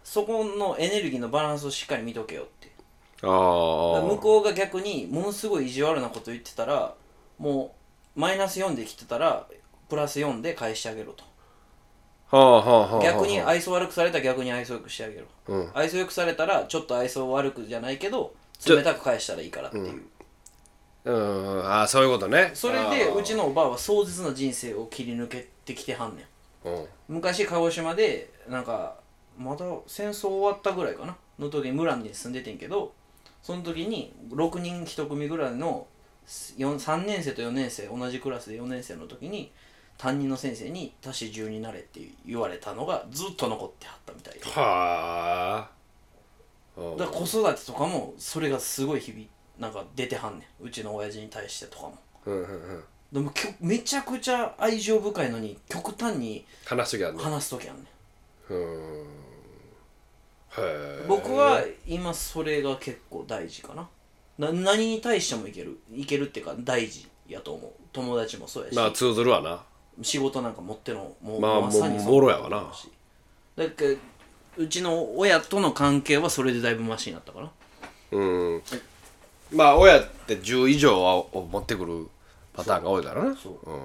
そこのエネルギーのバランスをしっかり見とけよって。 あ向こうが逆にものすごい意地悪なこと言ってたら、もうマイナス4で来てたらプラス4で返してあげろと。逆に愛想悪くされたら逆に愛想よくしてあげろ、愛想よくされたらちょっと愛想悪くじゃないけど冷たく返したらいいからっていう、 そういうことね。 それでうちのおばあは壮絶な人生を切り抜けてきてはんねん。昔鹿児島でなんかまだ戦争終わったぐらいかなの時に村に住んでてんけど、その時に6人1組ぐらいの3年生と4年生同じクラスで4年生の時に担任の先生に足し10になれって言われたのがずっと残ってはったみたいで、 はあ。 だから子育てとかもそれがすごいなんか出てはんねん、うちの親父に対してとかも。でもめちゃくちゃ愛情深いのに極端に話す時あるね。 話す時あんねん。 へえ。 僕は今それが結構大事かな。何に対してもいけるっていうか大事やと思う。友達もそうやし、 まあ通ずるわな。 仕事なんか持ってのもうまあまさにもろやわな。 だからうちの親との関係はそれでだいぶマシになったかな。 まあ親って10以上を持ってくるパターンが多いからね。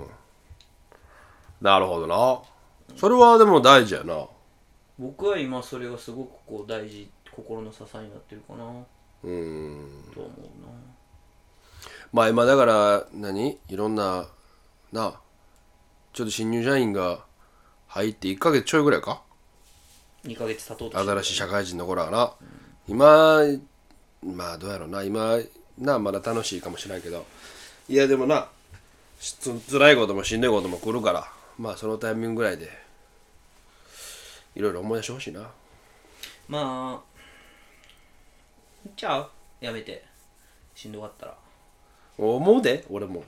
なるほどな。それはでも大事やな。 僕は今それがすごくこう大事、心の支えになってるかなと思うな。 まあ今だからいろんなちょっと新入社員が入って1ヶ月ちょいぐらいか、 2ヶ月経とうとして新しい社会人の頃はな、今まあどうやろうな、今まだ楽しいかもしれないけど、いやでもな辛いこともしんどいことも来るから、まあそのタイミングぐらいでいろいろ思い出してほしいな。 まあじゃあやめて、しんどかったら思うで、俺も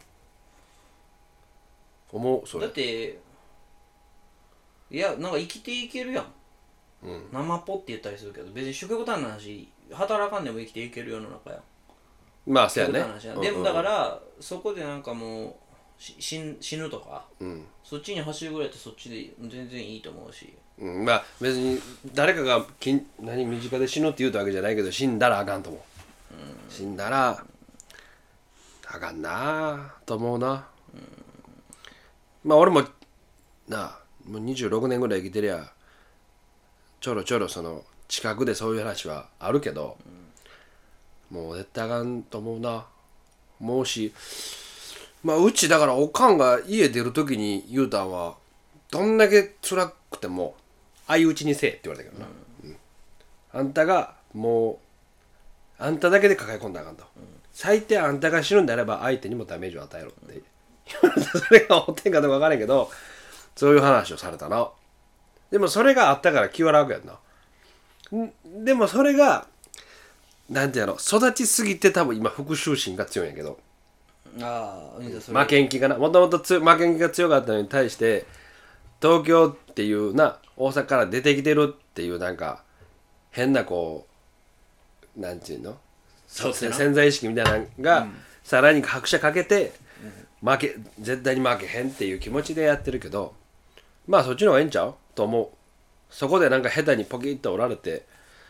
思う。それだっていやなんか生きていけるやん、生ポって言ったりするけど別に極端な話働かんでも生きていける世の中やん。 まあそうやね。 でもだからそこでなんかもう死ぬとか、そっちに走るぐらいってそっちで全然いいと思うし、 まあ別に誰かが身近で死ぬって言うたわけじゃないけど、死んだらあかんと思う、死んだらあかんなと思うな。まあ俺ももう26年ぐらい生きてりゃちょろちょろその近くでそういう話はあるけど、もう絶対あかんと思うな。思うし、まあうちだからおかんが家出る時に言うたんは、どんだけ辛くても相打ちにせえって言われたけどな、あんたがもうあんただけで抱え込んだらあかんと、最低あんたが死ぬんであれば相手にもダメージを与えろって言われた。それが思ってんかどうか分からんけど、そういう話をされたな。でもそれがあったから気は楽やんな。でもそれがなんてやろ、育ちすぎて多分今復讐心が強いんやけど、負けん気がな、もともと負けん気が強かったのに対して東京っていう大阪から出てきてるっていうなんか変なこうなんていうの潜在意識みたいなのが、さらに拍車かけて、絶対に負けへんっていう気持ちでやってるけど、まあそっちの方がええんちゃうと思う。そこでなんか下手にポキッとおられて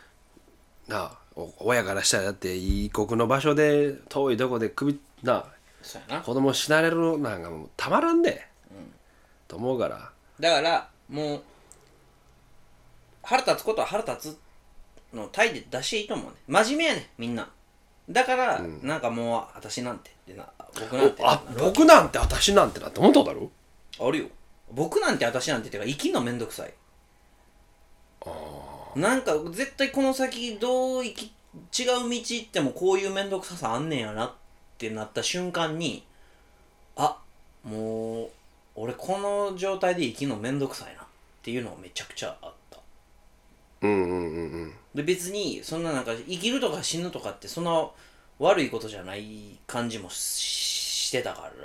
親からしたらだって異国の場所で遠いとこで子供死なれるなんかもうたまらんで、と思うから。 だからもう腹立つことは腹立つの態で出していいと思うね。真面目やねみんな。だから、なんかもう私なんてって僕なんて私なんてなって思ったことある？ あるよ。僕なんて私なんてってか生きんのめんどくさい。なんか絶対この先違う道行ってもこういうめんどくささあんねんやなってなった瞬間に、もう俺この状態で生きるのめんどくさいなっていうのがめちゃくちゃあった。で別にそんななんか生きるとか死ぬとかってそんな悪いことじゃない感じもしてたから、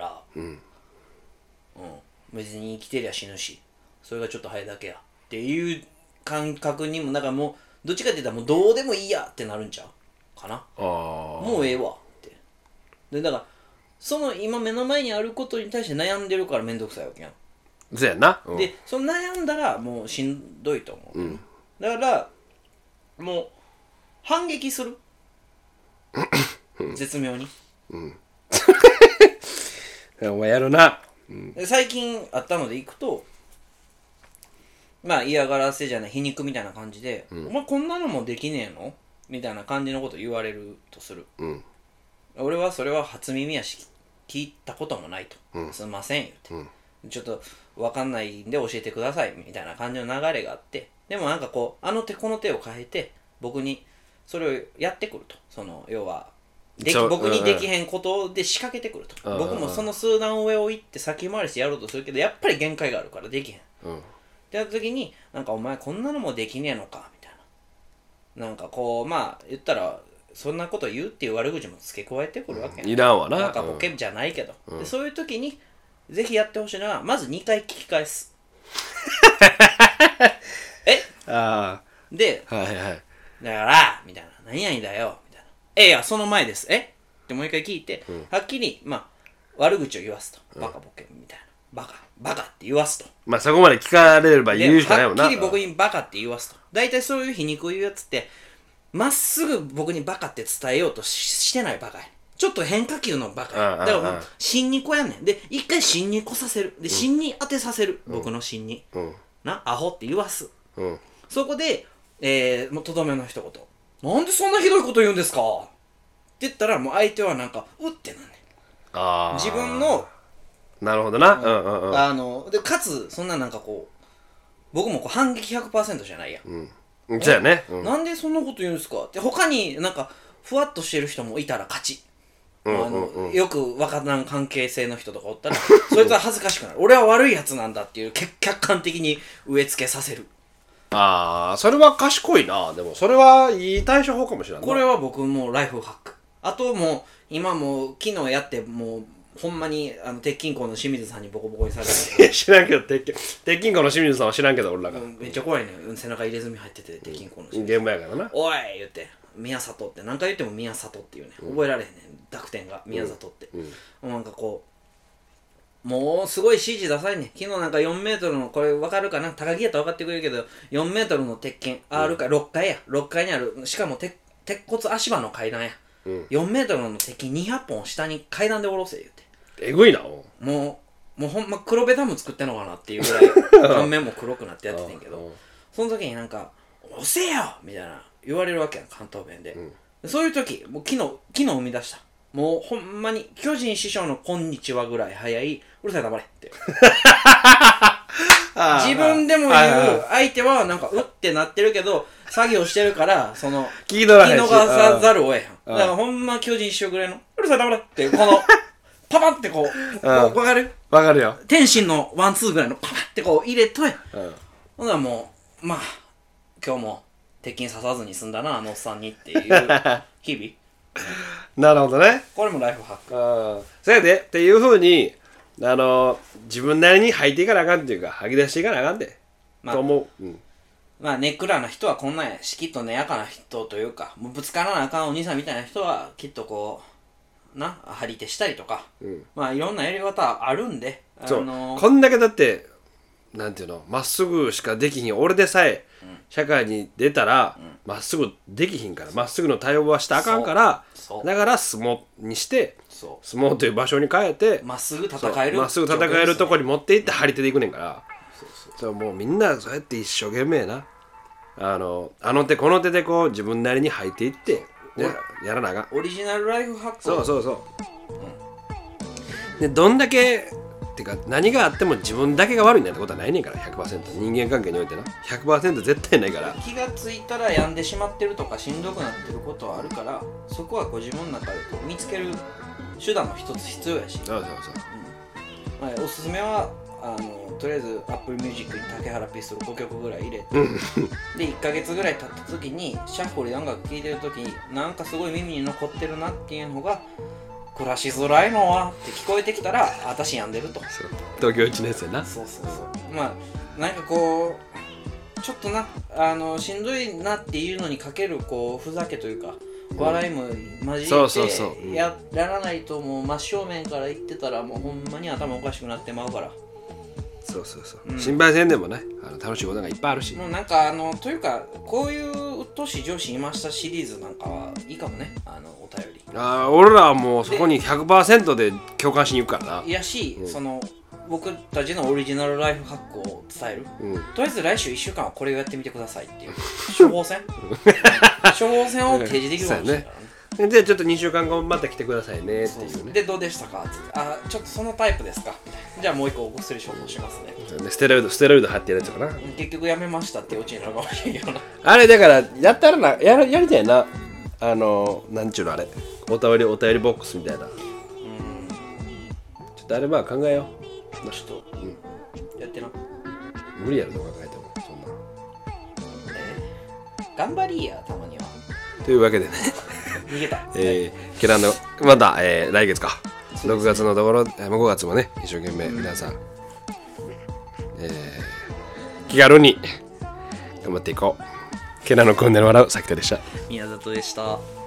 別に生きてりゃ死ぬしそれがちょっと早いだけやっていう感覚にも、なんかもうどっちかって言ったらもうどうでもいいやってなるんちゃうかな。もうええわってで、だからその今目の前にあることに対して悩んでるからめんどくさいわけやん。 そうやな、 でその悩んだらもうしんどいと思う、だからもう反撃する絶妙にお前やるな、 で最近あったので行くとまあ嫌がらせじゃない皮肉みたいな感じで、お前こんなのもできねえのみたいな感じのこと言われるとする、俺はそれは初耳やし聞いたこともないと、すいません言って、ちょっと分かんないんで教えてくださいみたいな感じの流れがあって、でもなんかこうあの手この手を変えて僕にそれをやってくると、その要は僕にできへんことで仕掛けてくると、僕もその数段上を行って先回りしてやろうとするけどやっぱり限界があるからできへん、ってやった時になんかお前こんなのもできねえのかみたいな、なんかこうまあ言ったらそんなこと言うっていう悪口も付け加えてくるわけや、 いらんわな、 なんかボケじゃないけど、でそういう時にぜひやってほしいのはまず2回聞き返すで、 はいはい、 だからみたいな何々だよみたいな、いやその前ですってもう一回聞いて、はっきりまあ悪口を言わすと、バカボケみたいな、バカって言わすと、 まあそこまで聞かれれば言うしかないもんな。 はっきり僕にバカって言わすと、大体そういう皮肉を言うやつってまっすぐ僕にバカって伝えようとしてないバカや、ちょっと変化球のバカや、だからもう芯にこやんねんで、一回芯にこさせるで、芯に当てさせる、僕の芯に、なアホって言わす、そこでもうとどめの一言、なんでそんなひどいこと言うんですかって言ったらもう相手はなんかうってなんねん、自分のなるほどな、 でかつそんななんかこう僕もこう反撃 100% じゃないや、 そうやね、 なんでそんなこと言うんですかって他になんかふわっとしてる人もいたら勝ち、よくわからん関係性の人とかおったらそいつは恥ずかしくなる、俺は悪いやつなんだっていう客観的に植え付けさせる。 それは賢いな。でもそれはいい対処法かもしれない。 これは僕もライフハック。あともう今も昨日やってもうほんまに鉄筋工の清水さんにボコボコにされて知らんけど鉄筋工の清水さんは知らんけど俺らが、 めっちゃ怖いね、背中入れ墨入ってて鉄筋工の清水現場やからな、 おい言って宮里って何回言っても宮里っていうね、覚えられへんねん濁点が宮里って、なんかこうもうすごい指示出されんねん。昨日なんか4メートルのこれ分かるかな、高木やったら分かってくれるけど4メートルの鉄筋 R か6階や、6階にある、しかも鉄骨足場の階段や、4メートルの鉄筋200本下に階段で下ろせ言うて、 えぐいな。 もうほんま黒部ダム作ってんのかなっていうぐらい顔面も黒くなってやっててんけどその時になんか押せよみたいな言われるわけやん、関東弁で、そういう時もう昨日生み出した、もうほんまに巨人師匠のこんにちはぐらい早い、うるさい黙れって自分でも言う、相手はなんかうってなってるけど作業してるからその聞き逃さざるを得へん、だからほんま巨人師匠ぐらいのうるさい黙れっていうこのパパってこうわかるよ、 天心のワンツーぐらいのパパってこう入れとや、ほんならもうまあ今日も鉄筋刺さずに済んだなあのおっさんにっていう日々 なるほどね、 これもライフハック。 それでっていうふうに自分なりに吐いていかなあかんっていうか吐き出していかなあかんで、と思う。 まあネックラな人はこんなんやし、きっとねやかな人というかもうぶつからなあかんお兄さんみたいな人はきっとこう張り手したりとか、まあいろんなやり方あるんで、 こんだけだってなんていうの、まっすぐしかできひん俺でさえ、社会に出たらまっすぐできひんから、まっすぐの対応はしたらあかんから、だから相撲にして相撲という場所に変えてまっすぐ戦える、 まっすぐ戦えるとこに持っていって張り手でいくねんから、そうもうみんなそうやって一生懸命なあの手この手でこう自分なりに吐いていってやらなあかん。 オリジナルライフハック。 そう、でどんだけってか何があっても自分だけが悪いなんてことはないねんから、 100% 人間関係においてな 100% 絶対ないから、 気がついたら病んでしまってるとかしんどくなってることはあるから、そこはご自分の中で見つける手段の一つ必要やし、まあ、おすすめはとりあえず Apple Music に竹原ピストル5曲ぐらい入れてで1ヶ月ぐらい経った時にシャッフルで音楽聴いてる時になんかすごい耳に残ってるなっていうのが、暮らしづらいのはって聞こえてきたら私病んでると。 東京1年生な。 そうまあなんかこうちょっとなしんどいなっていうのにかけるこうふざけというか笑いも交えてやらないと、もう真正面から言ってたらもうほんまに頭おかしくなってまうから。 そう、心配せんでもね楽しいことがいっぱいあるし、 もうなんかというかこういう鬱年上司いましたシリーズなんかはいいかもね、お便り。 俺らはもうそこに 100% で共感しに行くからな。 いやし、その僕たちのオリジナルライフハックを伝える、とりあえず来週1週間はこれをやってみてくださいっていう処方箋処方箋を提示できるかもしれないからね。 でちょっと2週間後また来てくださいねっていうね。 でどうでしたかってちょっとそのタイプですかみたいな。じゃあもう一個お薬処方しますね。 ステロイド貼ってるやつかな。 結局やめましたっていうオチになるかもしれんけどな。 あれだからやったらやりたいな。なんちゅうのあれ、お便りボックスみたいな。ちょっとあれまあ考えよう。 ちょっと、やってな。 無理やろどう考えてもそんな。 頑張りやたまには。 というわけでね。 逃げた。 ケラのまた、来月か。6月のところ、5月もね一生懸命皆さん、気軽に頑張っていこう。ケラのコンネの笑うさきとでした。 宮里でした。